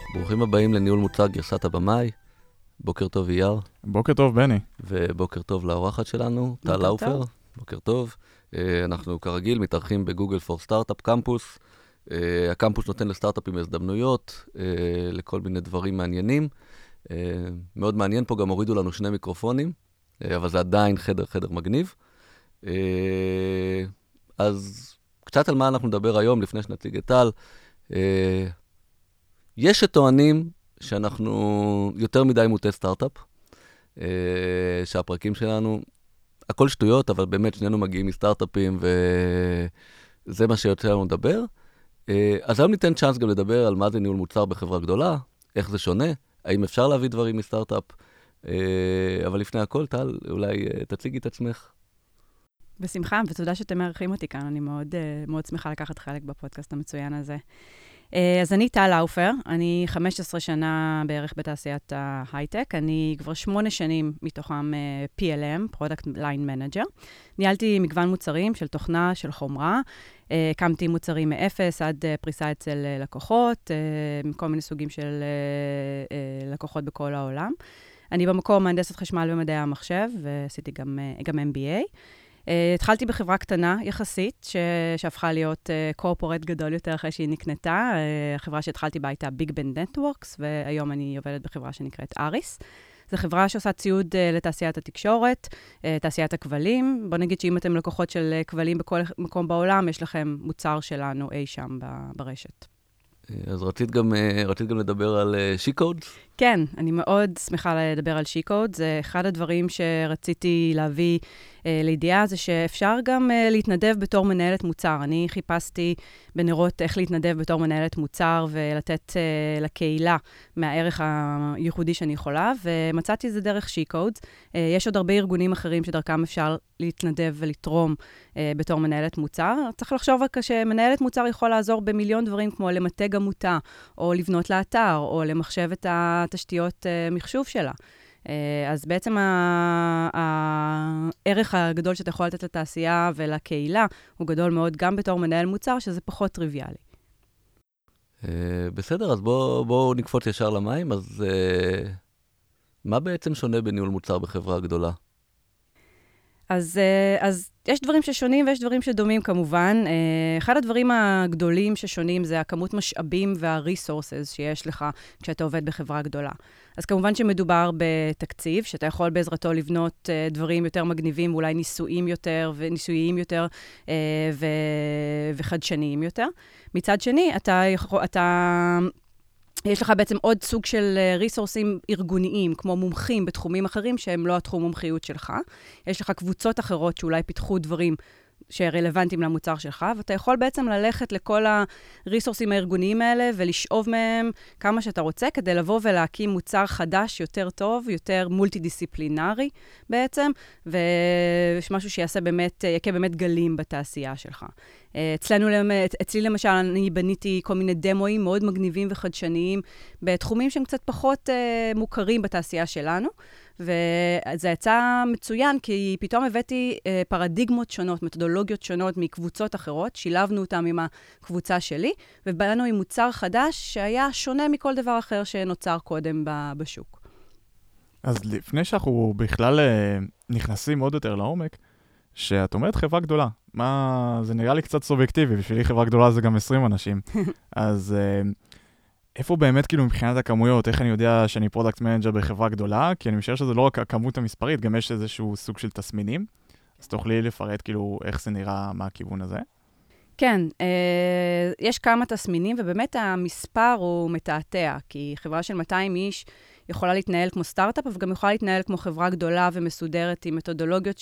ברוכים הבאים לניהול מוצר גרסת הבמאי. בוקר טוב אייר. בוקר טוב בני. ובוקר טוב לאורחת שלנו, טל לאופר. בוקר טוב. אנחנו כרגיל מתארחים בגוגל פור סטארט-אפ קמפוס. הקמפוס נותן לסטארט-אפים הזדמנויות, לכל מיני דברים מעניינים. מאוד מעניין, פה גם הורידו לנו 2 מיקרופונים, אבל זה עדיין חדר מגניב. אז קצת על מה אנחנו נדבר היום, לפני שנציג את טל. יש שטוענים שאנחנו יותר מדי מוטי סטארט-אפ, שהפרקים שלנו, הכל שטויות, אבל באמת שנינו מגיעים מסטארט-אפים, וזה מה שיוצא לנו לדבר. אז היום ניתן צ'אנס גם לדבר על מה זה ניהול מוצר בחברה גדולה, איך זה שונה, האם אפשר להביא דברים מסטארט-אפ, אבל לפני הכל, טל, אולי תציגי את עצמך. בשמחה, ותודה שאתם מארחים אותי כאן, אני מאוד שמחה לקחת חלק בפודקאסט המצוין הזה. אז אני טל לאופר, אני 15 שנה בערך בתעשיית ההייטק, אני כבר 8 שנים מתוכם PLM, Product Line Manager. ניהלתי מגוון מוצרים של תוכנה, של חומרה, הקמתי מוצרים מאפס עד פריסה אצל לקוחות, כל מיני סוגים של לקוחות בכל העולם. אני במקור מהנדסת חשמל ומדעי המחשב, ועשיתי גם MBA. התחלתי בחברה קטנה יחסית, שהפכה להיות קורפורט גדול יותר אחרי שהיא נקנתה. החברה שהתחלתי בה הייתה ביג בן נטוורקס, והיום אני עובדת בחברה שנקראת אריס. זו חברה שעושה ציוד לתעשיית התקשורת, תעשיית הכבלים. בוא נגיד שאם אתם לקוחות של כבלים בכל מקום בעולם, יש לכם מוצר שלנו אי שם ברשת. אז רצית גם לדבר על She-Codes? כן, אני מאוד שמחה לדבר על She-Codes. זה אחד הדברים שרציתי להביא לידיעה, זה שאפשר גם להתנדב בתור מנהלת מוצר. אני חיפשתי בנרות איך להתנדב בתור מנהלת מוצר ולתת לקהילה מהערך הייחודי שאני יכולה, ומצאתי זה דרך She-Codes. יש עוד הרבה ארגונים אחרים שדרכם אפשר להתנדב ולתרום בתור מנהלת מוצר. צריך לחשוב רק שמנהלת מוצר יכול לעזור במיליון דברים, כמו למתג עמותה, או לבנות לאתר, או למחשב את התשתיות מחשוב שלה. אז בעצם הערך הגדול שאתה יכול לתת לתעשייה ולקהילה הוא גדול מאוד גם בתור מנהל מוצר, שזה פחות טריוויאלי. בסדר, אז בואו נקפוץ ישר למים. אז מה בעצם שונה בניהול מוצר בחברה גדולה? אז יש דברים ששונים ויש דברים שדומים כמובן. אחד הדברים הגדולים ששונים זה הכמות משאבים וה-resources שיש לך כשאתה עובד בחברה גדולה. אז כמובן שמדובר בתקציב, שאתה יכול בעזרתו לבנות דברים יותר מגניבים, אולי ניסויים יותר וחדשניים יותר. מצד שני, יש לך בעצם עוד סוג של ריסורסים ארגוניים, כמו מומחים בתחומים אחרים שהם לא התחום מומחיות שלך. יש לך קבוצות אחרות שאולי פיתחו דברים שרלוונטיים למוצר שלך, ואתה יכול בעצם ללכת לכל הריסורסים הארגוניים האלה ולשאוב מהם כמה שאתה רוצה, כדי לבוא ולהקים מוצר חדש יותר טוב, יותר מולטי-דיסציפלינרי בעצם, ומשהו שיעשה יכה באמת גלים בתעשייה שלך. אצלי למשל, אני בניתי כל מיני דמואים מאוד מגניבים וחדשניים, בתחומים שהם קצת פחות מוכרים בתעשייה שלנו, וזה יצא מצוין, כי פתאום הבאתי פרדיגמות שונות, מתודולוגיות שונות מקבוצות אחרות, שילבנו אותם עם הקבוצה שלי, ובאנו עם מוצר חדש שהיה שונה מכל דבר אחר שנוצר קודם בשוק. אז לפני שאנחנו בכלל נכנסים עוד יותר לעומק, שאת אומרת חברה גדולה, זה נראה לי קצת סובייקטיבי, בשבילי חברה גדולה זה גם 20 אנשים. אז איפה באמת כאילו מבחינת הכמויות, איך אני יודע שאני פרודקט מנג'ר בחברה גדולה, כי אני משער שזה לא רק הכמות המספרית, גם יש איזשהו סוג של תסמינים, אז תוכלי לפרט כאילו איך זה נראה מהכיוון הזה? כן, יש כמה תסמינים, ובאמת המספר הוא מתעתע, כי חברה של 200 איש יכולה להתנהל כמו סטארט-אפ, אבל גם יכולה להתנהל כמו חברה גדולה ומסודרת עם מתודולוגיות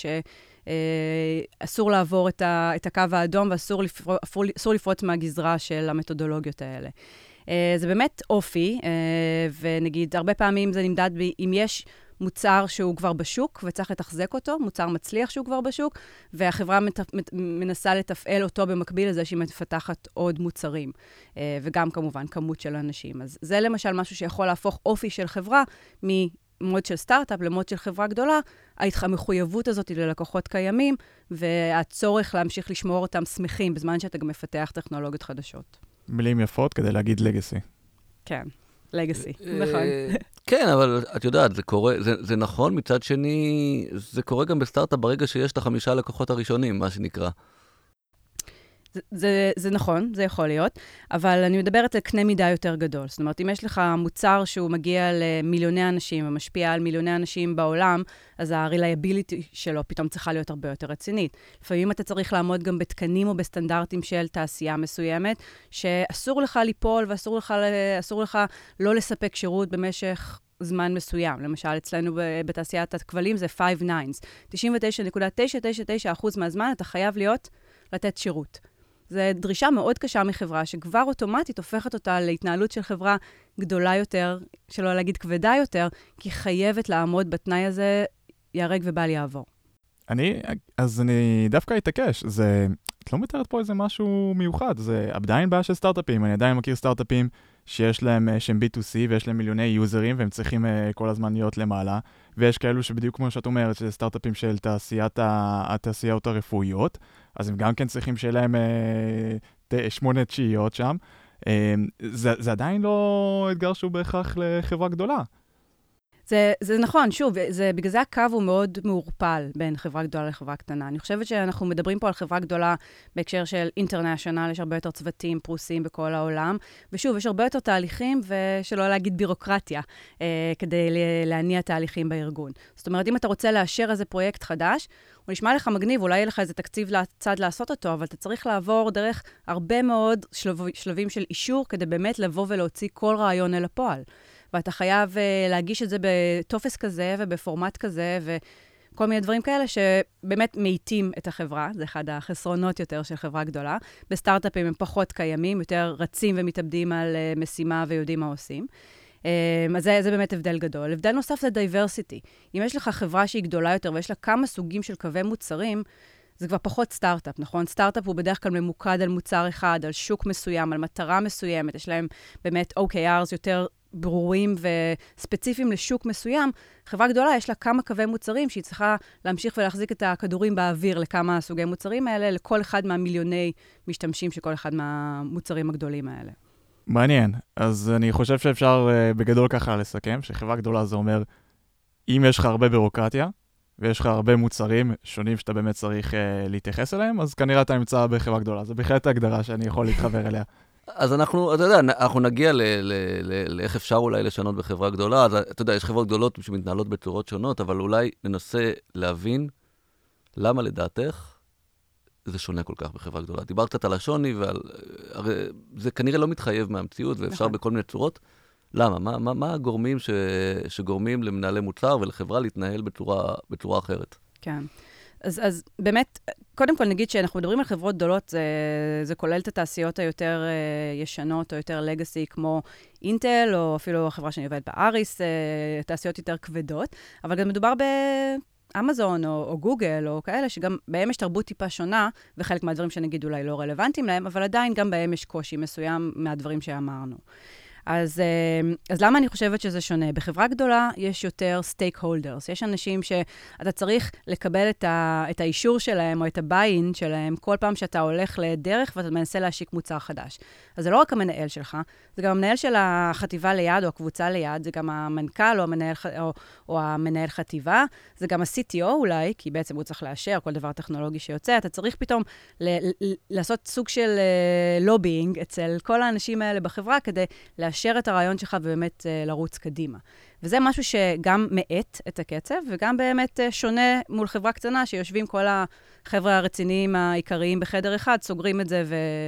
שאסור לעבור את הקו האדום, ואסור לפרוץ מהגזרה של המתודולוגיות האלה. זה באמת אופי, ונגיד, הרבה פעמים זה נמדד אם יש מוצר שהוא כבר בשוק, וצריך לתחזק אותו, מוצר מצליח שהוא כבר בשוק, והחברה מנסה לתפעל אותו במקביל לזה שהיא מפתחת עוד מוצרים, וגם כמובן כמות של אנשים. אז זה למשל משהו שיכול להפוך אופי של חברה ממוד של סטארט-אפ למוד של חברה גדולה, המחויבות הזאת ללקוחות קיימים, והצורך להמשיך לשמור אותם שמחים בזמן שאתה גם מפתח טכנולוגיות חדשות. מילים יפות כדי להגיד לגאסי. כן. לגאסי, נכון. כן, אבל את יודעת, זה נכון, מצד שני, זה קורה גם בסטארט-אפ ברגע שיש את 5 לקוחות הראשונים, מה שנקרא. זה נכון, זה יכול להיות, אבל אני מדברת על קנה מידה יותר גדול. זאת אומרת, אם יש לך מוצר שהוא מגיע למיליוני אנשים ומשפיע על מיליוני אנשים בעולם, אז ה-reliability שלו פתאום צריכה להיות הרבה יותר רצינית. לפעמים אתה צריך לעמוד גם בתקנים או בסטנדרטים של תעשייה מסוימת, שאסור לך ליפול ואסור לך לא לספק שירות במשך זמן מסוים. למשל, אצלנו בתעשיית הכבלים זה 5 nines. 99.999% מהזמן אתה חייב לתת שירות. זו דרישה מאוד קשה מחברה, שכבר אוטומטית הופכת אותה להתנהלות של חברה גדולה יותר, שלא להגיד כבדה יותר, כי חייבת לעמוד בתנאי הזה, יהרג ובל יעבור. אז אני דווקא אתעקש. את לא מתארת פה איזה משהו מיוחד. זה עדיין בעיה של סטארט-אפים. אני עדיין מכיר סטארט-אפים שיש להם שם B2C ויש להם מיליוני יוזרים, והם צריכים כל הזמן להיות למעלה. ויש כאלו שבדיוק כמו שאת אומרת, שזה סטארט-אפים של התעשיות הרפואיות, אז הם גם כן צריכים שיהיה להם 8 תשיעיות שם. זה עדיין לא אתגר שהוא בהכרח לחברה גדולה. זה נכון, שוב, בגלל זה הקו הוא מאוד מעורפל בין חברה גדולה לחברה קטנה. אני חושבת שאנחנו מדברים פה על חברה גדולה בהקשר של אינטרנשיונל, יש הרבה יותר צוותים פרוסים בכל העולם, ושוב, יש הרבה יותר תהליכים, ושלא להגיד בירוקרטיה, כדי להניע תהליכים בארגון. זאת אומרת, אם אתה רוצה לאשר איזה פרויקט חדש, הוא נשמע לך מגניב, אולי יהיה לך איזה תקציב לצד לעשות אותו, אבל אתה צריך לעבור דרך הרבה מאוד שלבים של אישור, כדי באמת לבוא ולהוציא כל רעיון אל הפועל. ואתה חייב להגיש את זה בטופס כזה ובפורמט כזה וכל מיני דברים כאלה שבאמת מאיטים את החברה. זה אחד החסרונות יותר של חברה גדולה. בסטארט-אפים הם פחות קיימים, יותר רצים ומתאבדים על משימה ויודעים מה עושים. אז זה באמת הבדל גדול. הבדל נוסף זה דייברסיטי. אם יש לך חברה שהיא גדולה יותר ויש לה כמה סוגים של קווי מוצרים, זה כבר פחות סטארט-אפ, נכון? סטארט-אפ הוא בדרך כלל ממוקד על מוצר אחד, על שוק מסוים, על מטרה מסוימת. יש להם באמת OKRs יותר ברורים וספציפיים לשוק מסוים. חברה גדולה, יש לה כמה קווי מוצרים שהיא צריכה להמשיך ולהחזיק את הכדורים באוויר לכמה סוגי מוצרים האלה, לכל אחד מהמיליוני משתמשים של כל אחד מהמוצרים הגדולים האלה. מעניין. אז אני חושב שאפשר בגדול ככה לסכם, שחברה גדולה זה אומר, אם יש לך הרבה בירוקרטיה, ויש לך הרבה מוצרים שונים שאתה באמת צריך להתייחס אליהם, אז כנראה אתה נמצא בחברה גדולה. זה בהחלט ההגדרה שאני יכול להתחבר אליה. אז אתה יודע, אנחנו נגיע לאיך אפשר אולי לשנות בחברה גדולה. אז אתה יודע, יש חברות גדולות שמתנהלות בצורות שונות, אבל אולי ננסה להבין למה לדעתך זה שונה כל כך בחברה גדולה. דיברת קצת על השוני, הרי זה כנראה לא מתחייב מהמציאות, ואפשר בכל מיני צורות. למה? מה הגורמים שגורמים למנהלי מוצר ולחברה להתנהל בצורה אחרת? כן. אז באמת, קודם כל נגיד שאנחנו מדברים על חברות גדולות, זה כולל את התעשיות היותר ישנות או יותר לגאסי, כמו אינטל, או אפילו החברה שאני עובדת באריס, תעשיות יותר כבדות, אבל גם מדובר באמזון או גוגל או כאלה, שגם בהם יש תרבות טיפה שונה, וחלק מהדברים שנגיד אולי לא רלוונטיים להם, אבל עדיין גם בהם יש קושי מסוים מהדברים שאמרנו. אז למה אני חושבת שזה שונה? בחברה גדולה יש יותר stakeholders. יש אנשים שאתה צריך לקבל את האישור שלהם או את הביין שלהם כל פעם שאתה הולך לדרך ואתה מנסה להשיק מוצר חדש. אז זה לא רק המנהל שלך, זה גם המנהל של החטיבה ליד או הקבוצה ליד, זה גם המנכ"ל או המנהל חטיבה, זה גם ה-CTO אולי, כי בעצם הוא צריך לאשר כל דבר טכנולוגי שיוצא. אתה צריך פתאום לעשות סוג של לובינג אצל כל האנשים האלה בחברה כדי לאשר את הרעיון שלך ובאמת לרוץ קדימה. וזה משהו שגם מאט את הקצב, וגם באמת שונה מול חברה קטנה, שיושבים כל החבר'ה הרציניים העיקריים בחדר אחד, סוגרים את זה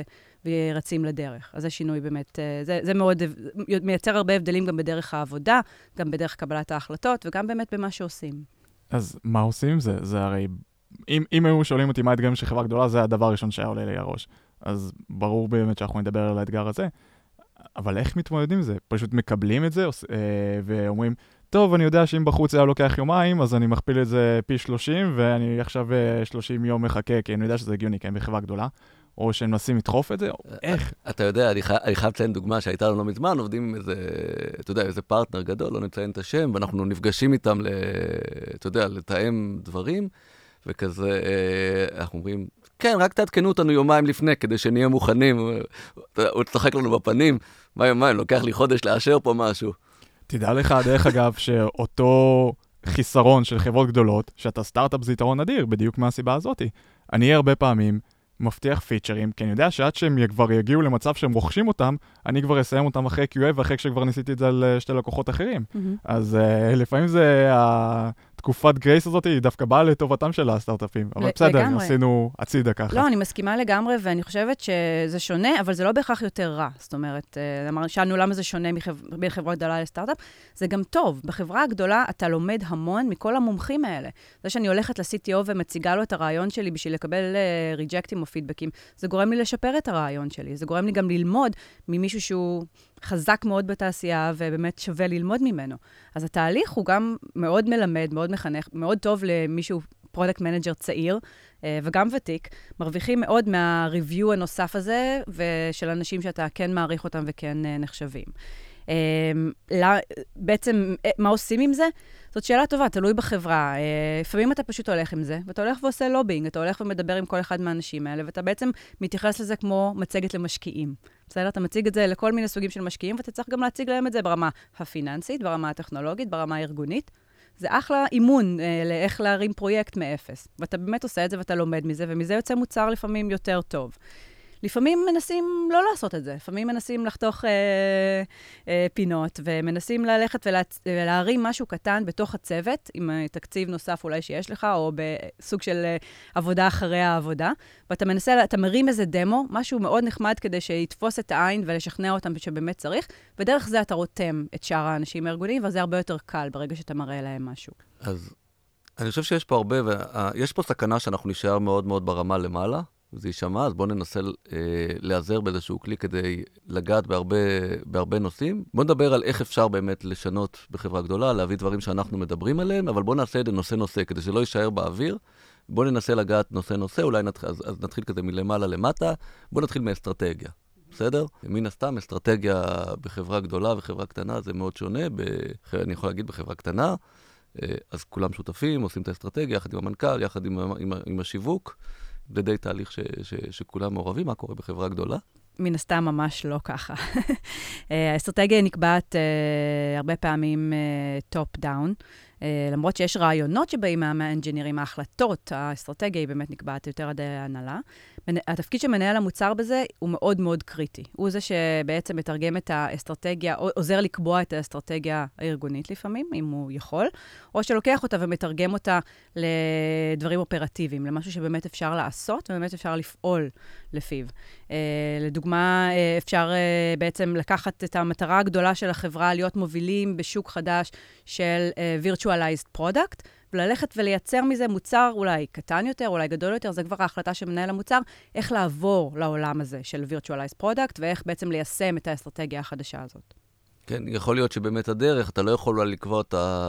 ורצים לדרך. אז זה שינוי באמת, זה מאוד, מייצר הרבה הבדלים גם בדרך העבודה, גם בדרך קבלת ההחלטות, וגם באמת במה שעושים. אז מה עושים עם זה? זה הרי, אם היו שואלים אותי מה האתגרים של חברה גדולה, זה הדבר הראשון שהיה עולה לי הראש. אז ברור באמת שאנחנו נדבר על האתגר הזה. אבל איך מתמודדים עם זה? פשוט מקבלים את זה ואומרים, טוב, אני יודע שאם בחוץ היה לוקח יומיים, אז אני מכפיל את זה פי 30, ואני עכשיו 30 יום מחכה, כי אני יודע שזה הגיוני, כי אני בחברה גדולה, או שהם מנסים לדחוף את זה, איך? אתה יודע, אני חייב לציין דוגמה שהייתה לנו לא מזמן, עובדים עם איזה, אתה יודע, איזה פרטנר גדול, לא נציין את השם, ואנחנו נפגשים איתם, אתה יודע, לתאם דברים, וכזה, אנחנו אומרים, כן, רק תעדכנו אותנו יומיים לפני, כדי שנהיה מוכנים. הוא צוחק לנו בפנים, מה יומיים, לוקח לי חודש לאשר פה משהו. תדע לך, דרך אגב, שאותו חיסרון של חברות גדולות, שאתה סטארט-אפ זה יתרון אדיר, בדיוק מהסיבה הזאת. אני הרבה פעמים מבטיח פיצ'רים, כי אני יודע שעד שהם כבר יגיעו למצב שהם רוכשים אותם, אני כבר אסיים אותם אחרי QA, ואחרי שכבר ניסיתי את זה על שתי לקוחות אחרים. אז לפעמים זה התקופת גרייס הזאת, היא דווקא באה לטובתם של הסטארט-אפים. אבל בסדר, עשינו הצידה ככה. לא, אני מסכימה לגמרי, ואני חושבת שזה שונה, אבל זה לא בהכרח יותר רע. זאת אומרת, שאלנו למה זה שונה בין חברות גדולה לסטארט-אפ, זה גם טוב. בחברה הגדולה אתה לומד המון מכל המומחים האלה. זה שאני הולכת ל-CTO ומציגה לו את הרעיון שלי בשביל לקבל ריג'קטים או פידבקים, זה גורם לי לשפר את הרעיון שלי. זה גורם לי גם ללמוד ממישהו שהוא חזק מאוד בתעשייה, ובאמת שווה ללמוד ממנו. אז התהליך הוא גם מאוד מלמד, מאוד מחנך, מאוד טוב למישהו פרודקט מנג'ר צעיר, וגם ותיק. מרוויחים מאוד מה-review הנוסף הזה, ושל אנשים שאתה כן מעריך אותם וכן נחשבים. בעצם, מה עושים עם זה? זאת שאלה טובה, תלוי בחברה. לפעמים אתה פשוט הולך עם זה, ואתה הולך ועושה לובינג, אתה הולך ומדבר עם כל אחד מהאנשים האלה, ואתה בעצם מתייחס לזה כמו מצגת למשקיעים. בסדר? אתה מציג את זה לכל מיני סוגים של משקיעים, ואתה צריך גם להציג להם את זה ברמה הפיננסית, ברמה הטכנולוגית, ברמה הארגונית. זה אחלה אימון לאיך להרים פרויקט מאפס. ואתה באמת עושה את זה ואתה לומד מזה, ומזה יוצא מוצר לפעמים יותר טוב. לפעמים מנסים לא לעשות את זה. לפעמים מנסים לחתוך פינות, ומנסים ללכת ולהרים משהו קטן בתוך הצוות, עם תקציב נוסף אולי שיש לך, או בסוג של עבודה אחרי העבודה. ואתה מנסה, אתה מרים איזה דמו, משהו מאוד נחמד כדי שיתפוס את העין ולשכנע אותם שבאמת צריך, ודרך זה אתה רותם את שאר האנשים הארגוניים, וזה הרבה יותר קל ברגע שאתה מראה להם משהו. אז אני חושב שיש פה הרבה, ויש פה סכנה שאנחנו נשאר מאוד מאוד ברמה למעלה, וזה יישמע, אז בואו ננסה להיעזר באיזשהו כלי כדי לגעת בהרבה נושאים. בואו נדבר על איך אפשר באמת לשנות בחברה גדולה, להביא דברים שאנחנו מדברים עליהם, אבל בואו נעשה את זה נושא, כדי שלא יישאר באוויר. בואו ננסה לגעת נושא, אולי אז נתחיל כזה מלמעלה למטה. בואו נתחיל מאסטרטגיה, בסדר? מן הסתם, אסטרטגיה בחברה גדולה וחברה קטנה זה מאוד שונה. אני יכול להגיד בחברה קטנה, אז כולם שותפים, עושים את האסטרטגיה, יחד עם המנכ"ל, יחד עם השיווק. זה די תהליך שכולם מעורבים, מה קורה בחברה גדולה? מן הסתם ממש לא ככה. האסטרטגיה נקבעת הרבה פעמים טופ דאון, למרות שיש רעיונות שבאים מהאנג'ינירים, ההחלטות, האסטרטגיה היא באמת נקבעת יותר עד ההנהלה. התפקיד של מנהל המוצר בזה הוא מאוד מאוד קריטי. הוא זה שבעצם מתרגם את האסטרטגיה, עוזר לקבוע את האסטרטגיה הארגונית לפעמים, אם הוא יכול, או שלוקח אותה ומתרגם אותה לדברים אופרטיביים, למשהו שבאמת אפשר לעשות ובאמת אפשר לפעול לפיו. לדוגמה, אפשר בעצם לקחת את המטרה הגדולה של החברה, להיות מובילים בשוק חדש של virtualized product, וללכת ולייצר מזה מוצר אולי קטן יותר, אולי גדול יותר, זה כבר ההחלטה של מנהל המוצר, איך לעבור לעולם הזה של virtualized product, ואיך בעצם ליישם את האסטרטגיה החדשה הזאת. כן, יכול להיות שבאמת הדרך, אתה לא יכול לקבוע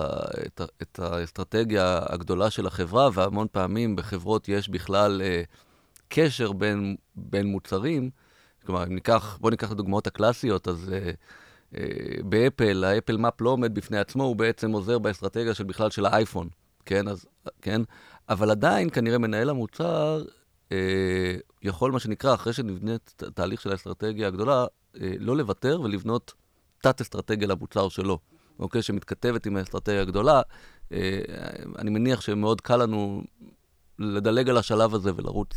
את האסטרטגיה הגדולה של החברה, והמון פעמים בחברות יש בכלל קשר בין מוצרים. כלומר, בוא ניקח את הדוגמאות הקלאסיות, אז באפל, האפל מאפ לא עומד בפני עצמו, הוא בעצם עוזר באסטרטגיה של בכלל של האייפון. כן, אבל עדיין כנראה מנהל המוצר יכול, מה שנקרא, אחרי שנבנית תהליך של האסטרטגיה הגדולה, לא לוותר ולבנות תת-אסטרטגיה למוצר שלו, אוקיי? שמתכתבת עם האסטרטגיה הגדולה. אני מניח שמאוד קל לנו לדלג על השלב הזה ולרוץ.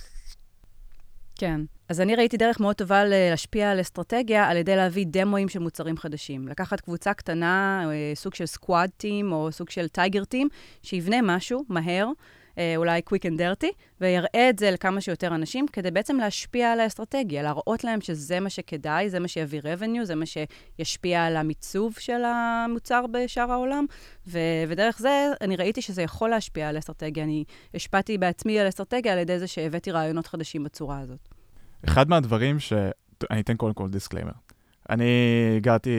כן. אז אני ראיתי דרך מאוד טובה להשפיע על אסטרטגיה על ידי להביא דמוים של מוצרים חדשים. לקחת קבוצה קטנה, סוג של סקואד טים או סוג של טייגר טים, שיבנה משהו מהר, אולי quick and dirty, ויראה את זה לכמה שיותר אנשים, כדי בעצם להשפיע על האסטרטגיה, להראות להם שזה מה שכדאי, זה מה שיביא revenue, זה מה שישפיע על המיצוב של המוצר בשאר העולם, ודרך זה אני ראיתי שזה יכול להשפיע על האסטרטגיה. אני השפעתי בעצמי על האסטרטגיה על ידי זה שהבאתי רעיונות חדשים בצורה הזאת. אחד מהדברים אני אתן קודם כל דיסקליימר. אני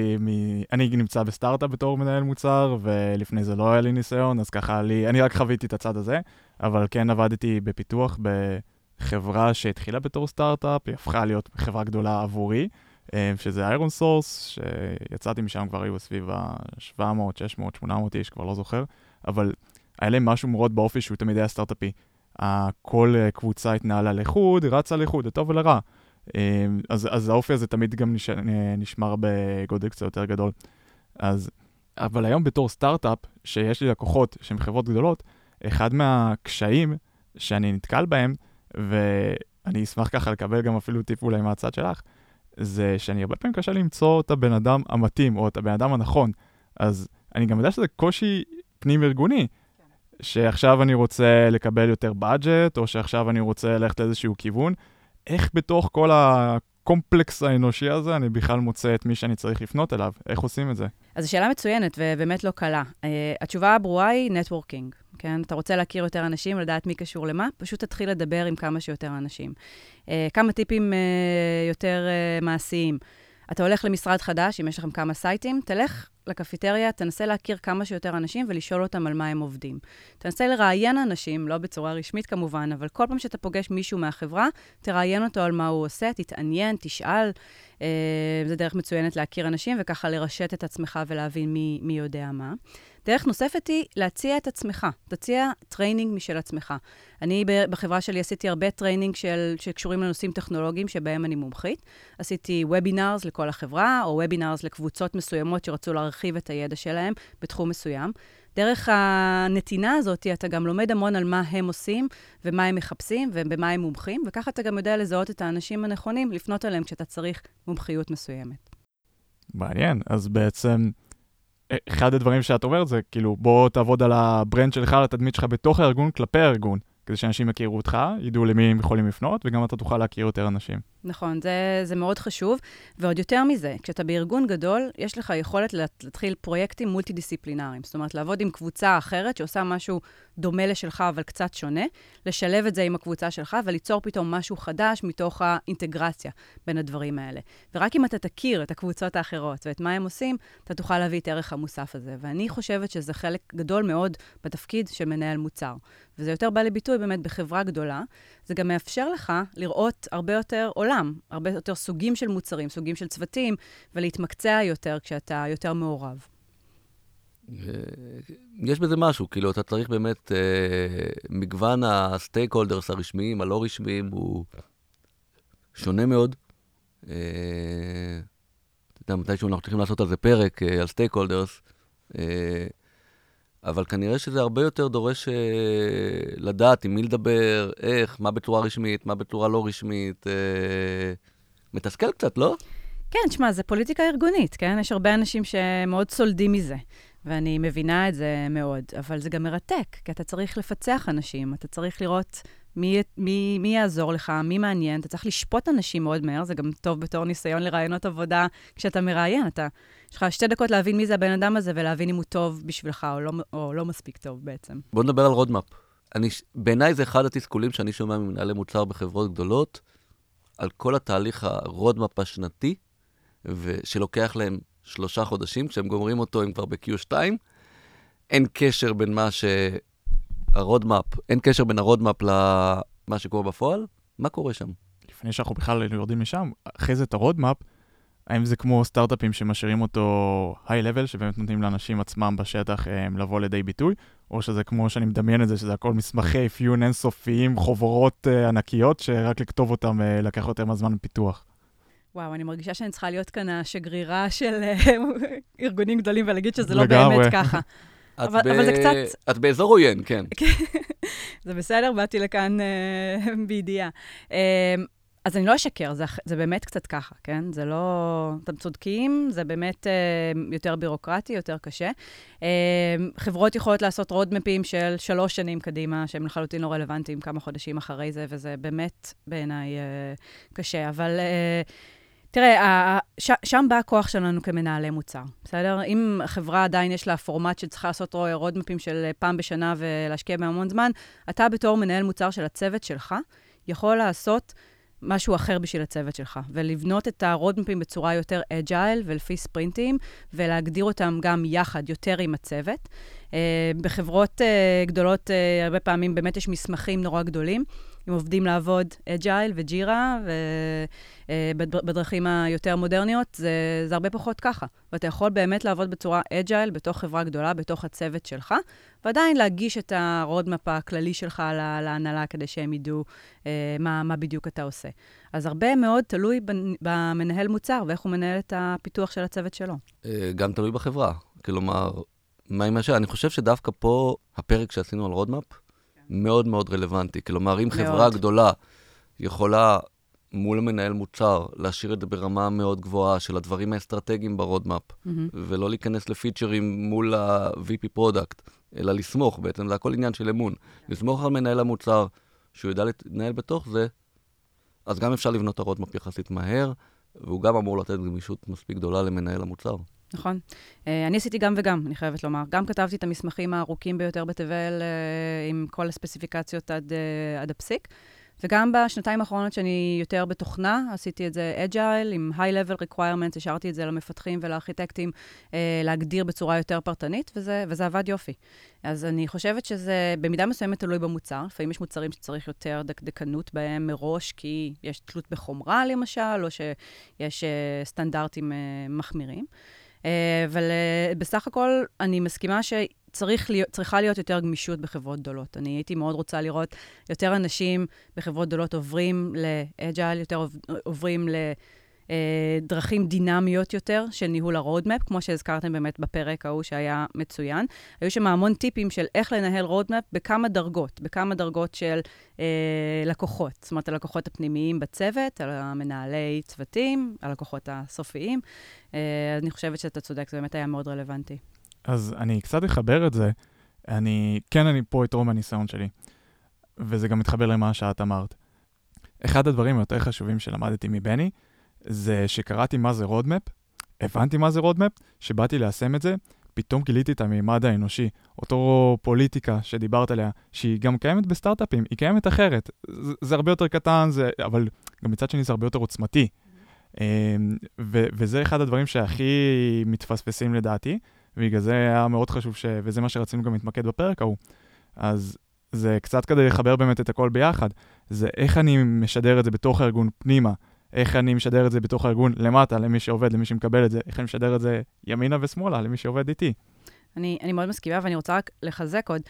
נמצא בסטארט-אפ בתור מנהל מוצר, ולפני זה לא היה לי ניסיון, אז ככה אני רק חוויתי את הצד הזה, אבל כן עבדתי בפיתוח בחברה שהתחילה בתור סטארט-אפ, היא הפכה להיות חברה גדולה עבורי, שזה איירון סורס, שיצאתי משם כבר היו סביב ה-700, 600, 800 איש, כבר לא זוכר, אבל היה להם משהו מאוד באופי שהוא תמיד היה סטארט-אפי. כל קבוצה התנהלה לחוד, רצה לחוד, לטוב ולרע. אז האופי הזה תמיד גם נשמר בגודל קצת יותר גדול. אבל היום בתור סטארט-אפ, שיש לי לקוחות שהן חברות גדולות, אחד מהקשיים שאני נתקל בהם, ואני אשמח ככה לקבל גם אפילו טיפ אולי מהצד שלך, זה שאני הרבה פעמים קשה למצוא את הבן אדם המתאים, או את הבן אדם הנכון. אז אני גם יודע שזה קושי פנים-ארגוני, שעכשיו אני רוצה לקבל יותר בדג'ט, או שעכשיו אני רוצה ללכת לאיזשהו כיוון. איך בתוך כל הקומפלקס האנושי הזה אני בכלל מוצא את מי שאני צריך לפנות אליו? איך עושים את זה? אז זו שאלה מצוינת ובאמת לא קלה. התשובה הברורה היא נטוורקינג. כן? אתה רוצה להכיר יותר אנשים, לדעת מי קשור למה, פשוט תתחיל לדבר עם כמה שיותר אנשים. כמה טיפים יותר מעשיים. אתה הולך למשרד חדש, אם יש לכם כמה סייטים, תלך לקפיטריה, תנסה להכיר כמה שיותר אנשים ולשאול אותם על מה הם עובדים. תנסה לראיין אנשים, לא בצורה רשמית כמובן, אבל כל פעם שאתה פוגש מישהו מהחברה, תראיין אותו על מה הוא עושה, תתעניין, תשאל. זה דרך מצוינת להכיר אנשים וככה לרשת את עצמך ולהבין מי יודע מה. דרך נוספת היא להציע את עצמך, תציע טריינינג משל עצמך. אני בחברה שלי עשיתי הרבה טריינינג שקשורים לנושאים טכנולוגיים שבהם אני מומחית. עשיתי וובינארס לכל החברה, או וובינארס לקבוצות מסוימות שרצו להרחיב את הידע שלהם בתחום מסוים. דרך הנתינה הזאת אתה גם לומד המון על מה הם עושים, ומה הם מחפשים, ובמה הם מומחים, וככה אתה גם יודע לזהות את האנשים הנכונים, לפנות אליהם כשאתה צריך מומחיות מסוימת. מעניין, אז בעצם אחד הדברים שאת אומרת זה, כאילו, בוא תעבוד על הברנד שלך, על התדמית שלך בתוך הארגון, כלפי הארגון, כדי שאנשים יכירו אותך, ידעו למי הם יכולים לפנות, וגם אתה תוכל להכיר יותר אנשים. נכון, זה מאוד חשוב. ועוד יותר מזה, כשאתה בארגון גדול, יש לך יכולת להתחיל פרויקטים מולטי-דיסציפלינריים. זאת אומרת, לעבוד עם קבוצה אחרת שעושה משהו דומה לשלך, אבל קצת שונה, לשלב את זה עם הקבוצה שלך, וליצור פתאום משהו חדש מתוך האינטגרציה בין הדברים האלה. ורק אם אתה תכיר את הקבוצות האחרות ואת מה הם עושים, אתה תוכל להביא את ערך המוסף הזה. ואני חושבת שזה חלק גדול מאוד בתפקיד של מנהל מוצר. וזה יותר בא לביטוי באמת בחברה גדולה. זה גם מאפשר לך לראות הרבה יותר עולם, הרבה יותר סוגים של מוצרים, סוגים של צוותים, ולהתמקצע יותר כשאתה יותר מעורב. יש בזה משהו, כאילו אתה צריך באמת, מגוון הסטייק הולדרס הרשמיים, הלא רשמיים, הוא שונה מאוד. אתה יודע, מתישהו אנחנו צריכים לעשות על זה פרק, על סטייק הולדרס, אבל כנראה שזה הרבה יותר דורש לדעת עם מי לדבר, איך, מה בצורה רשמית, מה בצורה לא רשמית. מתסכל קצת, לא? כן, תשמע, זה פוליטיקה ארגונית, כן? יש הרבה אנשים שמאוד סולדים מזה, ואני מבינה את זה מאוד, אבל זה גם מרתק, כי אתה צריך לפצח אנשים, אתה צריך לראות מי יעזור לך, מי מעניין, אתה צריך לשפוט אנשים מאוד מהר, זה גם טוב בתור ניסיון לרעיונות עבודה כשאתה מראיין, יש לך 2 דקות להבין מי זה הבן אדם הזה, ולהבין אם הוא טוב בשבילך או לא מספיק טוב בעצם. בוא נדבר על רודמאפ. בעיניי זה אחד התסכולים שאני שומע ממנהלי מוצר בחברות גדולות, על כל התהליך הרודמאפ השנתי, ושלוקח להם 3 חודשים, כשהם גומרים אותו הם כבר ב-Q2, אין קשר בין אין קשר בין הרודמאפ למה שקורה בפועל. מה קורה שם? לפני שאנחנו בכלל יורדים משם, אחרי זה את הרודמאפ, האם זה כמו סטארט-אפים שמשאירים אותו היי-לבל, שבאמת נותנים לאנשים עצמם בשטח לבוא לידי ביטוי, או שזה כמו שאני מדמיין את זה, שזה הכל מסמכי אפיון אינסופיים, חוברות ענקיות, שרק לכתוב אותם לקח יותר מהזמן פיתוח. וואו, אני מרגישה שאני צריכה להיות כאן השגרירה של ארגונים גדולים, ולהגיד שזה לא באמת ככה. אבל זה קצת... את באזור עוין, כן. זה בסדר, באתי לכאן בידיעה. אז אני לא אשקר, זה באמת קצת ככה, כן? זה לא... אתם צודקים, זה באמת יותר בירוקרטי, יותר קשה. חברות יכולות לעשות רודמפים של 3 שנים קדימה, שהם לחלוטין לא רלוונטיים כמה חודשים אחרי זה, וזה באמת בעיניי קשה. אבל תראה, שם בא הכוח שלנו כמנהלי מוצר, בסדר? אם החברה עדיין יש לה פורמט שצריכה לעשות רודמפים של פעם בשנה ולהשקיע בהמון זמן, אתה בתור מנהל מוצר של הצוות שלך, יכול לעשות משהו אחר בשביל הצוות שלך, ולבנות את הרודמפים בצורה יותר אג'ייל ולפי ספרינטים, ולהגדיר אותם גם יחד יותר עם הצוות. בחברות גדולות, הרבה פעמים באמת יש מסמכים נורא גדולים, אם עובדים לעבוד אג'ייל וג'ירה, ובדרכים היותר מודרניות, זה הרבה פחות ככה. ואתה יכול באמת לעבוד בצורה אג'ייל, בתוך חברה גדולה, בתוך הצוות שלך, ועדיין להגיש את הרודמפ הכללי שלך להנהלה, כדי שהם ידעו מה בדיוק אתה עושה. אז הרבה מאוד תלוי במנהל מוצר, ואיך הוא מנהל את הפיתוח של הצוות שלו. גם תלוי בחברה. כלומר, מה עם השאלה? אני חושב שדווקא פה, הפרק שעשינו על רודמפ, מאוד מאוד רלוונטי. כלומר, אם חברה גדולה יכולה מול מנהל מוצר להשאיר את זה ברמה מאוד גבוהה של הדברים האסטרטגיים ברודמפ, ולא להיכנס לפיצ'רים מול ה-VP פרודקט, אלא לסמוך בעצם, זה הכל עניין של אמון. לסמוך על מנהל המוצר, שהוא ידע לנהל בתוך זה, אז גם אפשר לבנות הרודמפ יחסית מהר, והוא גם אמור לתת גמישות מספיק גדולה למנהל המוצר. נכון. אני עשיתי גם וגם, אני חייבת לומר. גם כתבתי את המסמכים הארוכים ביותר בתבל, עם כל הספציפיקציות עד הפסיק, וגם בשנתיים האחרונות שאני יותר בתוכנה, עשיתי את זה agile, עם high-level requirements, השארתי את זה למפתחים ולארכיטקטים, להגדיר בצורה יותר פרטנית, וזה עבד יופי. אז אני חושבת שזה במידה מסוימת תלוי במוצר, לפעמים יש מוצרים שצריך יותר דקדקנות בהם מראש, כי יש תלות בחומרה למשל, או שיש סטנדרטים מחמירים. אבל בסך הכל אני מסכימה צריכה להיות יותר גמישות בחברות גדולות. אני הייתי מאוד רוצה לראות יותר אנשים בחברות גדולות עוברים לאג'ייל, יותר עוברים לדרכים דינמיות יותר של ניהול הרודמפ, כמו שהזכרתם באמת בפרק ההוא שהיה מצוין. היו שם המון טיפים של איך לנהל רודמפ בכמה דרגות של לקוחות. זאת אומרת, הלקוחות הפנימיים בצוות, על המנהלי צוותים, הלקוחות הסופיים. אני חושבת שאתה צודק, זה באמת היה מאוד רלוונטי. אז אני קצת אחבר את זה. אני פה אתרום מהניסיון שלי. וזה גם מתחבר למה שאת אמרת. אחד הדברים היותר חשובים שלמדתי מבני, זה שקראתי מה זה רודמפ, הבנתי מה זה רודמפ, שבאתי ליישם את זה, פתאום גיליתי את המימד האנושי, אותו פוליטיקה שדיברת עליה, שהיא גם קיימת בסטארט-אפים, היא קיימת אחרת. זה הרבה יותר קטן, אבל גם מצד שני זה הרבה יותר עוצמתי. וזה אחד הדברים שהכי מתפספסים לדעתי, ובגלל זה היה מאוד חשוב, וזה מה שרצינו גם להתמקד בפרק ההוא. אז זה קצת כדי לחבר באמת את הכל ביחד. זה איך אני משדר את זה בתוך הארגון פנימה, איך אני משדר את זה בתוך הארגון למטה, למי שעובד, למי שמקבל את זה, איך אני משדר את זה ימינה ושמאלה, למי שעובד איתי. אני מאוד מסכימה, ואני רוצה רק לחזק עוד.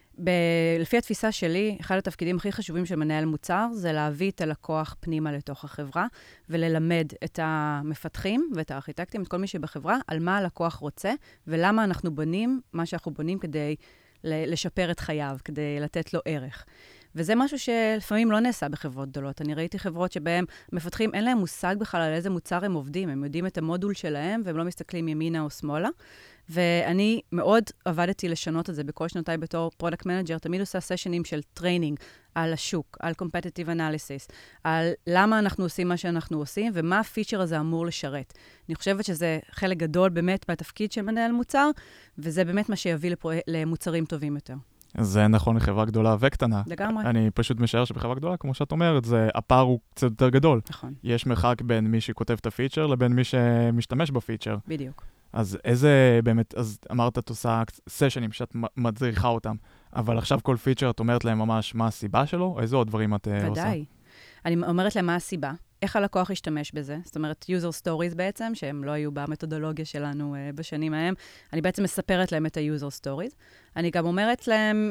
לפי התפיסה שלי, אחד התפקידים הכי חשובים של מנהל מוצר, זה להביא את הלקוח פנימה לתוך החברה, וללמד את המפתחים ואת הארכיטקטים, את כל מי שבחברה, על מה הלקוח רוצה, ולמה אנחנו בונים מה שאנחנו בונים כדי לשפר את חייו, כדי לתת לו ערך. וזה משהו שלפעמים לא נעשה בחברות גדולות. אני ראיתי חברות שבהם מפתחים, אין להם מושג בכלל על איזה מוצר הם עובדים, הם יודעים את המודול שלהם, והם לא מסתכלים ימינה או שמאלה. ואני מאוד עבדתי לשנות את זה בכל שנותיי בתור פרודקט מנג'ר, תמיד עושה סשנים של טריינינג על השוק, על competitive analysis, על למה אנחנו עושים מה שאנחנו עושים, ומה הפיצ'ר הזה אמור לשרת. אני חושבת שזה חלק גדול באמת מהתפקיד של מנהל מוצר, וזה באמת מה שיביא למוצרים טובים יותר. זה נכון לחברה גדולה וקטנה. לגמרי. אני פשוט משער שבחברה גדולה, כמו שאת אומרת, הפער הוא קצת יותר גדול. נכון. יש מרחק בין מי שכותב את הפיצ'ר לבין מי שמשתמש בפיצ'ר. בדיוק. אז איזה באמת, אז אמרת את עושה סשנים שאת מדריכה אותם, אבל עכשיו כל פיצ'ר את אומרת להם ממש מה הסיבה שלו, או איזה עוד דברים את עושה? ודאי. אני אומרת להם מה הסיבה, איך הלקוח ישתמש בזה, זאת אומרת, user stories בעצם, שהם לא היו במתודולוגיה שלנו בשנים ההם, אני בעצם מספרת להם את ה-user stories. אני גם אומרת להם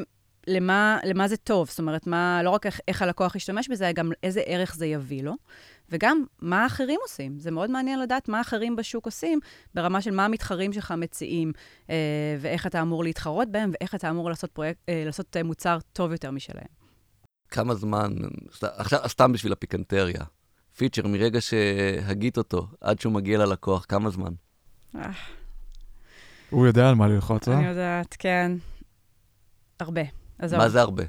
למה זה טוב, זאת אומרת, לא רק איך הלקוח ישתמש בזה, גם איזה ערך זה יביא לו, וגם מה האחרים עושים. זה מאוד מעניין לדעת מה האחרים בשוק עושים, ברמה של מה המתחרים שלך מציעים, ואיך אתה אמור להתחרות בהם, ואיך אתה אמור לעשות מוצר טוב יותר משלהם. כמה זמן, סתם בשביל הפיקנטריה, פיצ'ר מרגע שהגית אותו, עד שהוא מגיע ללקוח, כמה זמן? הוא יודע על מה ללחוץ, אני יודעת, כן. הרבה. מה זה הרבה?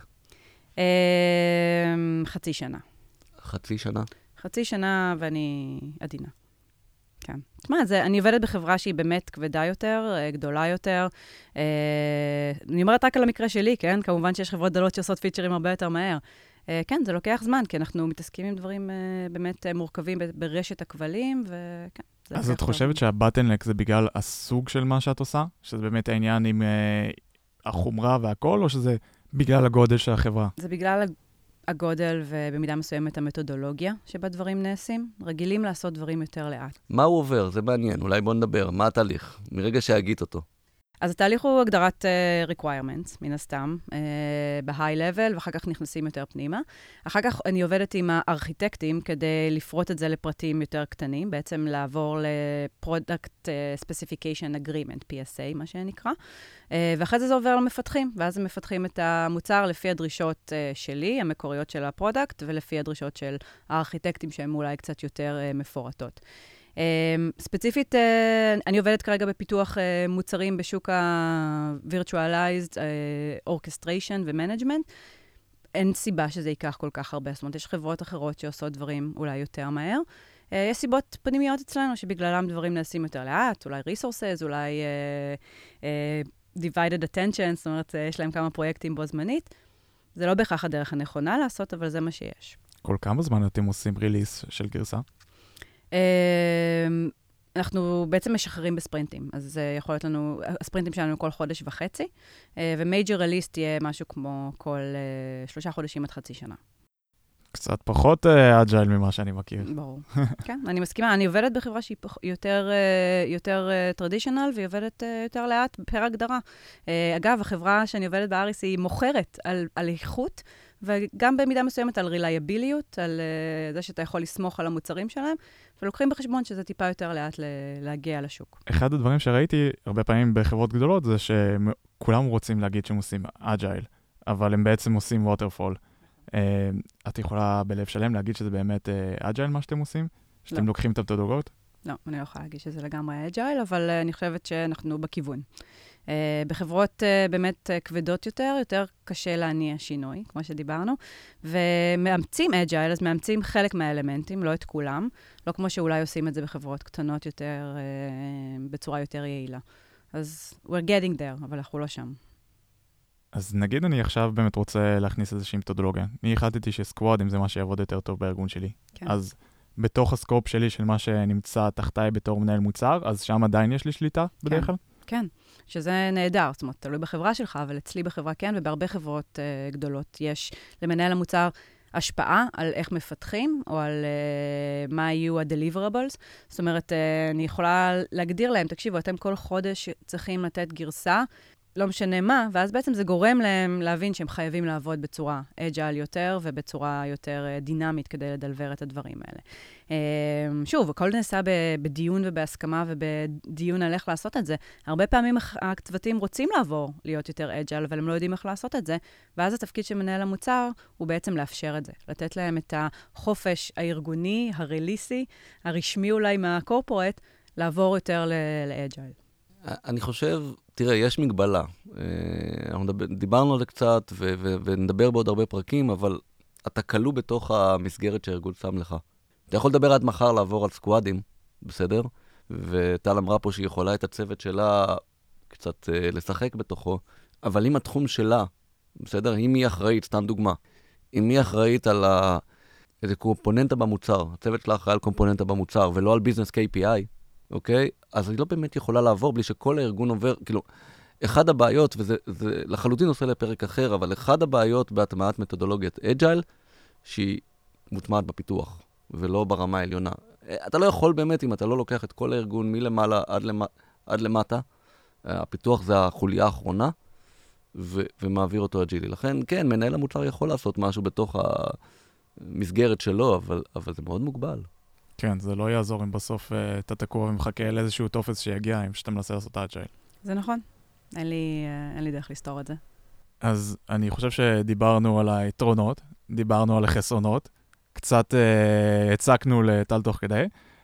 חצי שנה. חצי שנה? חצי שנה ואני עדינה. כן. תשמע, אני עובדת בחברה שהיא באמת כבדה יותר, גדולה יותר. אני אומרת רק על המקרה שלי, כן? כמובן שיש חברות גדולות שעושות פיצ'רים הרבה יותר מהר. כן, זה לוקח זמן, כי אנחנו מתעסקים עם דברים באמת מורכבים ברשת הכבלים, וכן. אז את חושבת שהבטנלק זה בגלל הסוג של מה שאת עושה? שזה באמת העניין עם החומרה והכל, או שזה בגלל הגודל של החברה? זה בגלל הגודל ובמידה מסוימת המתודולוגיה שבה דברים נעשים. רגילים לעשות דברים יותר לאט. מה הוא עובר? זה מעניין. אולי בוא נדבר. מה התהליך? מרגע שהגית אותו. אז התהליך הוא הגדרת requirements, מן הסתם, ב-high level, ואחר כך נכנסים יותר פנימה. אחר כך אני עובדת עם הארכיטקטים כדי לפרוט את זה לפרטים יותר קטנים, בעצם לעבור ל-Product Specification Agreement, PSA, מה שנקרא. ואחרי זה עובר למפתחים, ואז הם מפתחים את המוצר לפי הדרישות שלי, המקוריות של הפרודקט, ולפי הדרישות של הארכיטקטים שהם אולי קצת יותר מפורטות. ספציפית, אני עובדת כרגע בפיתוח מוצרים בשוק ה-Virtualized Orchestration ו-Management. אין סיבה שזה ייקח כל כך הרבה. זאת אומרת, יש חברות אחרות שעושות דברים אולי יותר מהר. יש סיבות פנימיות אצלנו שבגללם דברים נעשים יותר לאט, אולי resources, אולי divided attention, זאת אומרת, יש להם כמה פרויקטים בו זמנית. זה לא בהכרח הדרך הנכונה לעשות, אבל זה מה שיש. כל כמה זמן אתם עושים ריליס של גרסה? אנחנו בעצם משחררים בספרינטים, אז יכול להיות לנו, הספרינטים שלנו כל חודש וחצי, ומייג'ר ריליס תהיה משהו כמו כל 3 חודשים עד חצי שנה. קצת פחות אג'ייל ממה שאני מכיר. ברור. כן, אני מסכימה. אני עובדת בחברה שהיא יותר טרדישיונל, והיא עובדת יותר לאט פר הגדרה. אגב, החברה שאני עובדת באריס היא מוכרת על איכות, וגם במידה מסוימת על רילייביליות, על זה שאתה יכול לסמוך על המוצרים שלהם, ולוקחים בחשבון שזה טיפה יותר לאט להגיע לשוק. אחד הדברים שראיתי הרבה פעמים בחברות גדולות, זה שכולם רוצים להגיד שהם עושים אג'ייל, אבל הם בעצם עושים ווטרפול. את יכולה בלב שלם להגיד שזה באמת אג'ייל מה שאתם עושים? שאתם לוקחים את המתודולוגיות? לא, אני לא יכולה להגיד שזה לגמרי אג'ייל, אבל אני חושבת שאנחנו בכיוון. בחברות באמת כבדות יותר קשה להניע שינוי, כמו שדיברנו, ומאמצים אג'ייל, אז מאמצים חלק מהאלמנטים, לא את כולם, לא כמו שאולי עושים את זה בחברות קטנות יותר, בצורה יותר יעילה. אז we're getting there, אבל אנחנו לא שם. אז נגיד אני עכשיו באמת רוצה להכניס איזושהי מתודולוגיה. אני החלטתי שסקוואדים זה מה שיעבוד יותר טוב בארגון שלי. כן. אז בתוך הסקופ שלי של מה שנמצא תחתיי בתור מנהל מוצר, אז שם עדיין יש לי שליטה בדרך כלל? כן, שזה נהדר, זאת אומרת, תלוי בחברה שלך, אבל אצלי בחברה כן, ובהרבה חברות גדולות יש למנהל המוצר השפעה על איך מפתחים, או על מה יהיו ה-deliverables. זאת אומרת, אני יכולה להגדיר להם, תקשיבו, אתם כל חודש צריכים לתת גרסה, לא משנה מה, ואז בעצם זה גורם להם להבין שהם חייבים לעבוד בצורה agile יותר, ובצורה יותר דינמית כדי לדלבר את הדברים האלה. שוב, הכל נעשה בדיון ובהסכמה ובדיון על איך לעשות את זה. הרבה פעמים הצוותים רוצים לעבור להיות יותר agile, אבל הם לא יודעים איך לעשות את זה, ואז התפקיד של מנהל המוצר הוא בעצם לאפשר את זה. לתת להם את החופש הארגוני, הרליסי, הרשמי אולי מהקורפורט, לעבור יותר ל-agile. אני חושב, תראה, יש מגבלה. דיברנו על זה קצת, ונדבר בעוד הרבה פרקים, אבל אתה כלוא בתוך המסגרת שהארגון שם לך. אתה יכול לדבר עד מחר לעבור על סקואדים, בסדר? וטל אמרה פה שהיא יכולה את הצוות שלה קצת לשחק בתוכו, אבל אם התחום שלה, בסדר? אם היא אחראית, סתם דוגמה, אם היא אחראית על איזה קומפוננטה במוצר, הצוות שלה אחראי על קומפוננטה במוצר, ולא על ביזנס KPI, אוקיי? אז היא לא באמת יכולה לעבור בלי שכל הארגון עובר, כאילו, אחד הבעיות, וזה לחלוטין עושה לפרק אחר, אבל אחד הבעיות בהטמעת מתודולוגיית אג'ייל, שהיא מוטמעת בפיתוח, ולא ברמה העליונה. אתה לא יכול באמת, אם אתה לא לוקח את כל הארגון מלמעלה עד למטה, הפיתוח זה החוליה האחרונה, ומעביר אותו אג'ילי. לכן, כן, מנהל המוצר יכול לעשות משהו בתוך המסגרת שלו, אבל זה מאוד מוגבל. כן, זה לא יעזור אם בסוף אתה תקוע ומחכה לאיזשהו טופס שיגיע, אם שאתה מנסה לעשות אג'ייל. זה נכון. אין לי דרך לסתור את זה. אז אני חושב שדיברנו על היתרונות, דיברנו על החסרונות, קצת הצקנו לטל תוך כדי.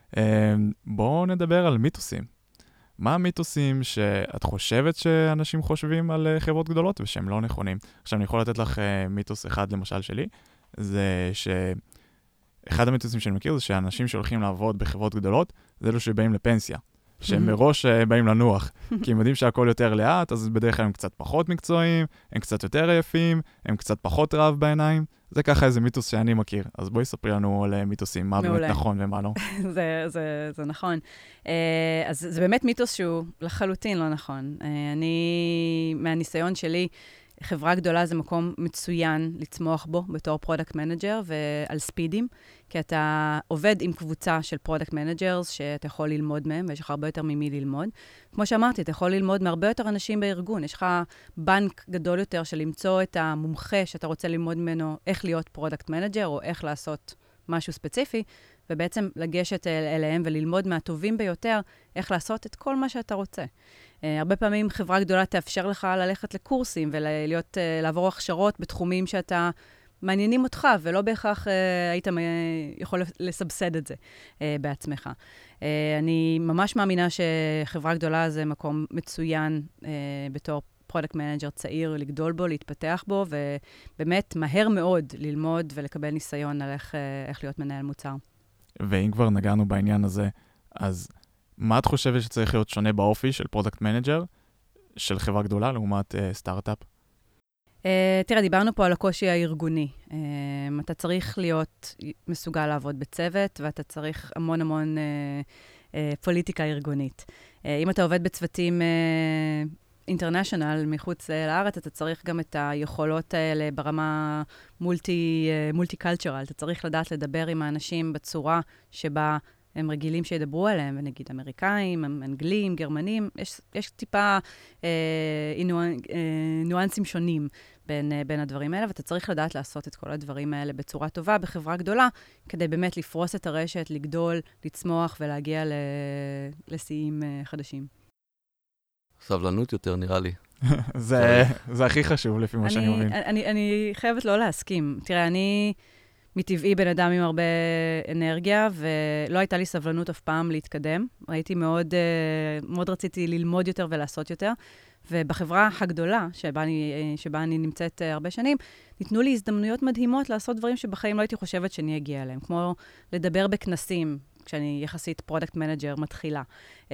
בואו נדבר על מיתוסים. מה המיתוסים שאת חושבת שאנשים חושבים על חברות גדולות ושהם לא נכונים? עכשיו אני יכול לתת לך מיתוס אחד למשל שלי, זה אחד המיתוסים שאני מכיר זה שאנשים שהולכים לעבוד בחברות גדולות, זה אלו שבאים לפנסיה, שהם מראש באים לנוח, כי הם יודעים שהכל יותר לאט, אז בדרך כלל הם קצת פחות מקצועיים, הם קצת יותר עייפים, הם קצת פחות רעב בעיניים, זה ככה איזה מיתוס שאני מכיר. אז בואי ספרי לנו על מיתוסים, מה באמת נכון ומה לא. זה נכון. אז זה באמת מיתוס שהוא לחלוטין לא נכון. אני, מהניסיון שלי, חברה גדולה זה מקום מצוין לצמוח בו בתור פרודקט מנג'ר ועל ספידים, כי אתה עובד עם קבוצה של פרודקט מנג'רס שאתה יכול ללמוד מהם, ויש לך הרבה יותר ממי ללמוד. כמו שאמרתי, אתה יכול ללמוד מהרבה יותר אנשים בארגון. יש לך בנק גדול יותר של למצוא את המומחה שאתה רוצה ללמוד ממנו איך להיות פרודקט מנג'ר, או איך לעשות משהו ספציפי, ובעצם לגשת אליהם וללמוד מהטובים ביותר איך לעשות את כל מה שאתה רוצה. הרבה פעמים חברה גדולה תאפשר לך ללכת לקורסים ולעבור הכשרות בתחומים שאתה מעניינים אותך, ולא בהכרח היית יכול לסבסד את זה בעצממך. אני ממש מאמינה שחברה גדולה זה מקום מצוין בתור פרודקט מנג'ר צעיר, לגדול בו, להתפתח בו, ובאמת מהר מאוד ללמוד ולקבל ניסיון על איך להיות מנהל מוצר. ואם כבר נגענו בעניין הזה, אז מה את חושבת שצריך להיות שונה באופי של פרודקט מנג'ר, של חברה גדולה לעומת סטארט-אפ? תראה, דיברנו פה על הקושי הארגוני. אתה צריך להיות מסוגל לעבוד בצוות, ואתה צריך המון המון פוליטיקה ארגונית. אם אתה עובד בצוותים אינטרנשיונל מחוץ לארץ, אתה צריך גם את היכולות האלה ברמה מולטי-קלצ'רל. אתה צריך לדעת לדבר עם האנשים בצורה שבה הם רגילים שידברו עליהם, ונגיד אמריקאים, אנגלים, גרמנים, יש טיפה ניואנסים שונים בין הדברים האלה, ואתה צריך לדעת לעשות את כל הדברים האלה בצורה טובה בחברה גדולה, כדי באמת לפרוס את הרשת, לגדול, לצמוח ולהגיע לשיאים חדשים. סבלנות יותר, נראה לי. זה הכי חשוב לפי מה שאני מבין. אני חייבת לא להסכים. תראה, אני מטבעי בן אדם עם הרבה אנרגיה, ולא הייתה לי סבלנות אף פעם להתקדם. הייתי מאוד רציתי ללמוד יותר ולעשות יותר, ובחברה הגדולה, שבה אני נמצאת הרבה שנים, ניתנו לי הזדמנויות מדהימות לעשות דברים שבחיים לא הייתי חושבת שאני אגיע אליהם, כמו לדבר בכנסים, כשאני יחסית פרודקט מנג'ר מתחילה.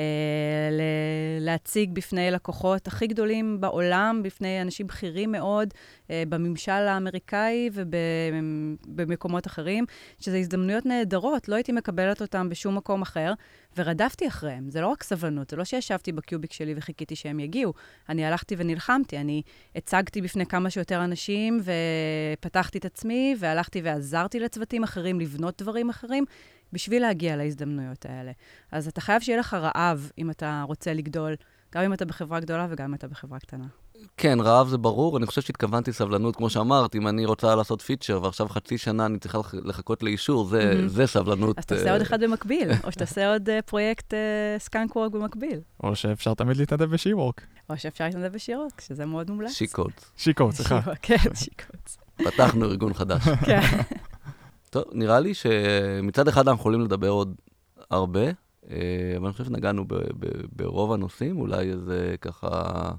להציג בפני לקוחות הכי גדולים בעולם, בפני אנשים בכירים מאוד, בממשל האמריקאי ובמקומות אחרים, שזה הזדמנויות נהדרות, לא הייתי מקבלת אותם בשום מקום אחר, ורדפתי אחריהם. זה לא רק סבלנות, זה לא שישבתי בקיוביק שלי וחיכיתי שהם יגיעו. אני הלכתי ונלחמתי, אני הצגתי בפני כמה שיותר אנשים, ופתחתי את עצמי, והלכתי ועזרתי לצוותים אחרים לבנות דברים אחרים, בשביל להגיע להזדמנויות האלה. אז אתה חייב שיהיה לך רעב אם אתה רוצה לגדול, גם אם אתה בחברה גדולה וגם אם אתה בחברה קטנה. כן, רעב זה ברור. אני חושב שהתכוונתי סבלנות, כמו שאמרת, אם אני רוצה לעשות פיצ'ר, ועכשיו חצי שנה אני צריכה לחכות לאישור, זה סבלנות. אז תעשה עוד אחד במקביל, או שתעשה עוד פרויקט סקאנקוורק במקביל. או שאפשר תמיד להתנדב בשיוורק. או שאפשר להתנדב בשיוורק, שזה מאוד מומלץ. שיקוט, סליחה. כן, שיקוט. פתחנו ארגון חדש. כן. טוב, נראה לי שמצד אחד אנחנו יכולים לדבר עוד הרבה, אבל אני חושב שנגענו ברוב הנושאים, אולי איזה ככה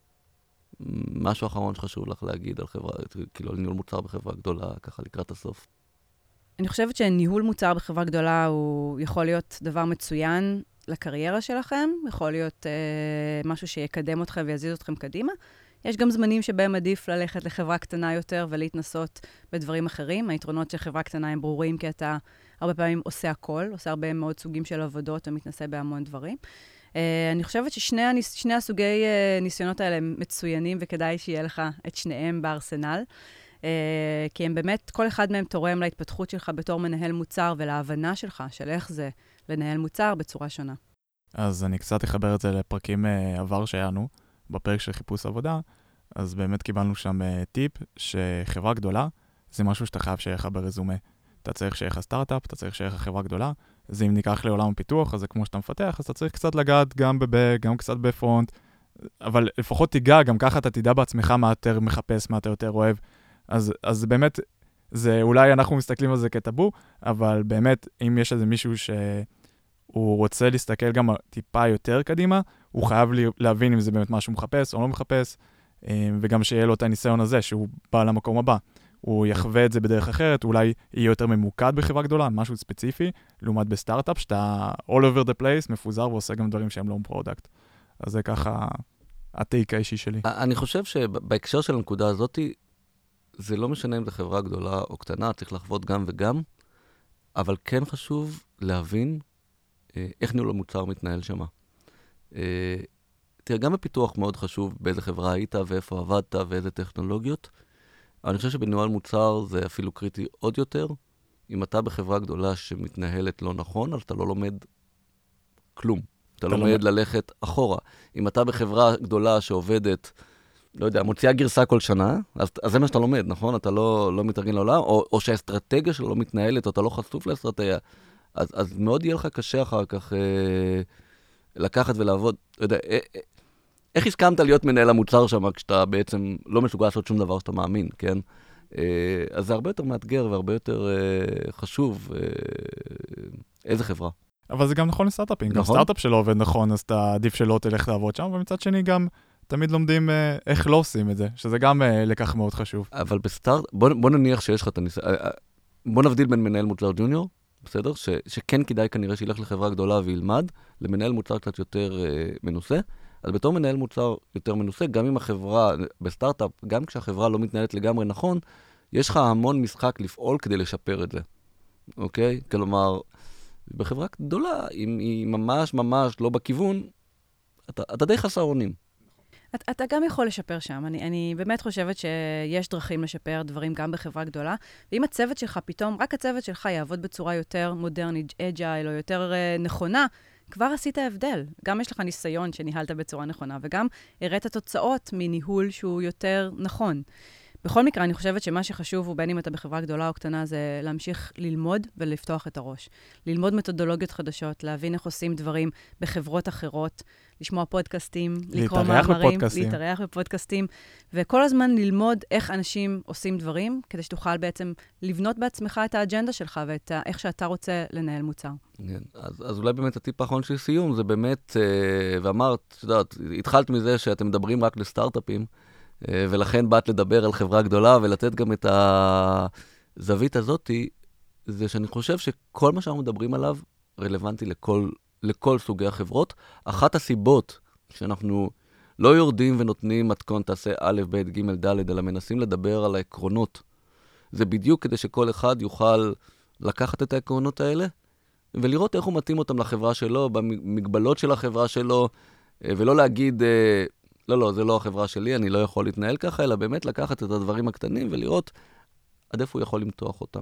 משהו אחרון שחשוב לך להגיד על חברה, כאילו על ניהול מוצר בחברה גדולה, ככה לקראת הסוף. אני חושבת שניהול מוצר בחברה גדולה הוא יכול להיות דבר מצוין לקריירה שלכם, יכול להיות משהו שיקדם אתכם ויזיז אתכם קדימה. יש גם זמנים שבהם עדיף ללכת לחברה קטנה יותר ולהתנסות בדברים אחרים. היתרונות של חברה קטנה הם ברורים, כי אתה הרבה פעמים עושה הכל, עושה הרבה מאוד סוגים של עבודות ומתנסה בהמון דברים. אני חושבת ששני הסוגי ניסיונות האלה הם מצוינים, וכדאי שיהיה לך את שניהם בארסנל, כי הם באמת, כל אחד מהם תורם להתפתחות שלך בתור מנהל מוצר ולהבנה שלך של איך זה לנהל מוצר בצורה שונה. אז אני קצת אחבר את זה לפרקים עבר שהיינו, בפרק של חיפוש עבודה, אז באמת קיבלנו שם טיפ שחברה גדולה זה משהו שאתה חייב שיהיה לך ברזומה. אתה צריך שיהיה לך סטארט-אפ, אתה צריך שיהיה לך חברה גדולה, אז אם ניקח לעולם הפיתוח, אז זה כמו שאתה מפתח, אז אתה צריך קצת לגעת גם בבק, גם קצת בפרונט, אבל לפחות תיגע, גם ככה אתה תדע בעצמך מה יותר מחפש, מה אתה יותר אוהב. אז באמת, זה אולי אנחנו מסתכלים על זה כטאבו, אבל באמת, אם יש איזה מישהו שהוא רוצה להסתכל גם טיפה יותר קדימה, הוא חייב להבין אם זה באמת משהו מחפש או לא מחפש, וגם שיהיה לו את הניסיון הזה, שהוא בא למקום הבא. הוא יחווה את זה בדרך אחרת, אולי יהיה יותר ממוקד בחברה גדולה, משהו ספציפי, לעומת בסטארט-אפ, שאתה all over the place, מפוזר ועושה גם דברים שהם לא פרודקט. אז זה ככה הטייק האישי שלי. אני חושב שבהקשר של הנקודה הזאת, זה לא משנה אם זה חברה גדולה או קטנה, צריך לחוות גם וגם, אבל כן חשוב להבין איך ניהול המוצר מתנהל שמה. תראה, גם בפיתוח מאוד חשוב באיזה חברה היית ואיפה עבדת ואיזה טכנולוגיות. אבל אני חושב שבניהול מוצר זה אפילו קריטי עוד יותר. אם אתה בחברה גדולה שמתנהלת לא נכון, אז אתה לא לומד כלום. אתה לומד ללכת אחורה. אם אתה בחברה גדולה שעובדת, לא יודע, מוציאה גרסה כל שנה, אז זה מה שאתה לומד, נכון? אתה לא מתארגן לעולם, או שהאסטרטגיה שלו לא מתנהלת, או אתה לא חשוף לאסטרטגיה. אז מאוד יהיה לך קשה אחר כך לקחת ולעבוד. לא יודע, איך הסכמת להיות מנהל המוצר שם, כשאתה בעצם לא מסוגל לעשות שום דבר שאתה מאמין, כן? אז זה הרבה יותר מאתגר והרבה יותר חשוב. איזה חברה? אבל זה גם נכון לסטארט-אפים. נכון. גם סטארט-אפ שלא עובד נכון, אז אתה עדיף שלא תלך לעבוד שם, ומצד שני גם תמיד לומדים איך לא עושים את זה, שזה גם לקח מאוד חשוב. אבל בוא נניח שיש לך את הניסיון, בוא נבדיל בין מנהל מוצר ג'וניור, בסדר? שכן כדאי כנראה שילך לחברה גדולה וילמד, למנהל מוצר קצת יותר מנוסה. אז בתור מנהל מוצר יותר מנוסה, גם אם החברה, בסטארט-אפ, גם כשהחברה לא מתנהלת לגמרי נכון, יש לך המון משחק לפעול כדי לשפר את זה, אוקיי? כלומר, בחברה גדולה, אם היא ממש ממש לא בכיוון, אתה די חסר אונים. אתה גם יכול לשפר שם. אני באמת חושבת שיש דרכים לשפר דברים גם בחברה גדולה, ואם הצוות שלך פתאום, רק הצוות שלך יעבוד בצורה יותר מודרנית, אג'ייל, או יותר נכונה, כבר עשית הבדל. גם יש לך ניסיון שניהלת בצורה נכונה, וגם הראת תוצאות מניהול שהוא יותר נכון. בכל מקרה, אני חושבת שמה שחשוב הוא, בין אם אתה בחברה גדולה או קטנה, זה להמשיך ללמוד ולפתוח את הראש. ללמוד מתודולוגיות חדשות, להבין איך עושים דברים בחברות אחרות, לשמוע פודקאסטים, לקרוא מאמרים, להתארח בפודקאסטים, וכל הזמן ללמוד איך אנשים עושים דברים, כדי שתוכל בעצם לבנות בעצמך את האג'נדה שלך, ואת איך שאתה רוצה לנהל מוצר. כן, אז אולי באמת הטיפ האחרון של סיום, זה באמת, ואמרת, יודעת, התחלת מזה שאתם מדברים רק לסטארט-אפים, ולכן באת לדבר על חברה גדולה, ולתת גם את הזווית הזאת, זה שאני חושב שכל מה שאנחנו מדברים עליו רלוונטי לכל סוגי החברות. אחת הסיבות שאנחנו לא יורדים ונותנים מתכון, תעשה א', ב', ג', ד', אלא מנסים לדבר על העקרונות. זה בדיוק כדי שכל אחד יוכל לקחת את העקרונות האלה, ולראות איך הוא מתאים אותם לחברה שלו, במגבלות של החברה שלו, ולא להגיד, לא, זה לא החברה שלי, אני לא יכול להתנהל ככה, אלא באמת לקחת את הדברים הקטנים ולראות עד איפה הוא יכול למתוח אותם.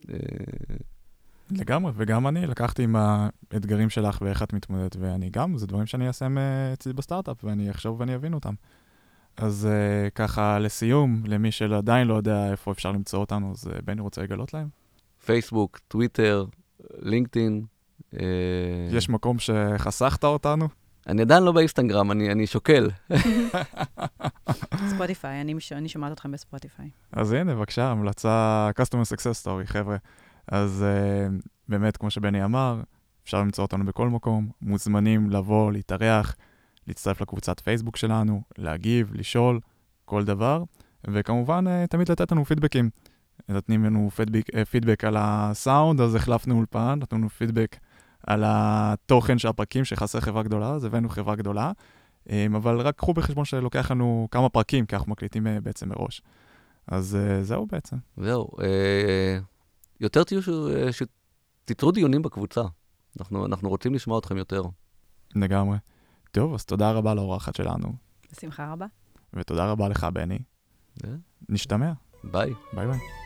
לגמרי, וגם אני לקחתי עם האתגרים שלך ואיך את מתמודדת, ואני גם, זה דברים שאני אעשה אצלי בסטארט-אפ, ואני אחשוב ואני אבין אותם. אז ככה, לסיום, למי שעדיין לא יודע איפה אפשר למצוא אותנו, אז בני רוצה לגלות להם? פייסבוק, טוויטר, לינקדאין. יש מקום שחסכת אותנו? אני עדיין לא באינסטגרם, אני שוקל. ספוטיפיי, אני שומעת אתכם בספוטיפיי. אז הנה, בבקשה, המלצה Customer Success Story, חבר'ה. אז באמת, כמו שבני אמר, אפשר למצוא אותנו בכל מקום, מוזמנים לבוא, להתארח, להצטרף לקבוצת פייסבוק שלנו, להגיב, לשאול, כל דבר, וכמובן, תמיד לתת לנו פידבקים. נתנים לנו פידבק על הסאונד, אז החלפנו אולפן, נתנו לנו פידבק על התוכן של הפרקים שחסר חברה גדולה, אז הבאנו חברה גדולה, אבל רק קחו בחשבון שלוקח לנו כמה פרקים, כי אנחנו מקליטים בעצם מראש. אז זהו בעצם. זהו. יותר תהיו שתיצרו דיונים בקבוצה. אנחנו רוצים לשמוע אתכם יותר. לגמרי. טוב, אז תודה רבה לאורחת שלנו. בשמחה רבה. ותודה רבה לך, בני. נשתמע. ביי. ביי ביי.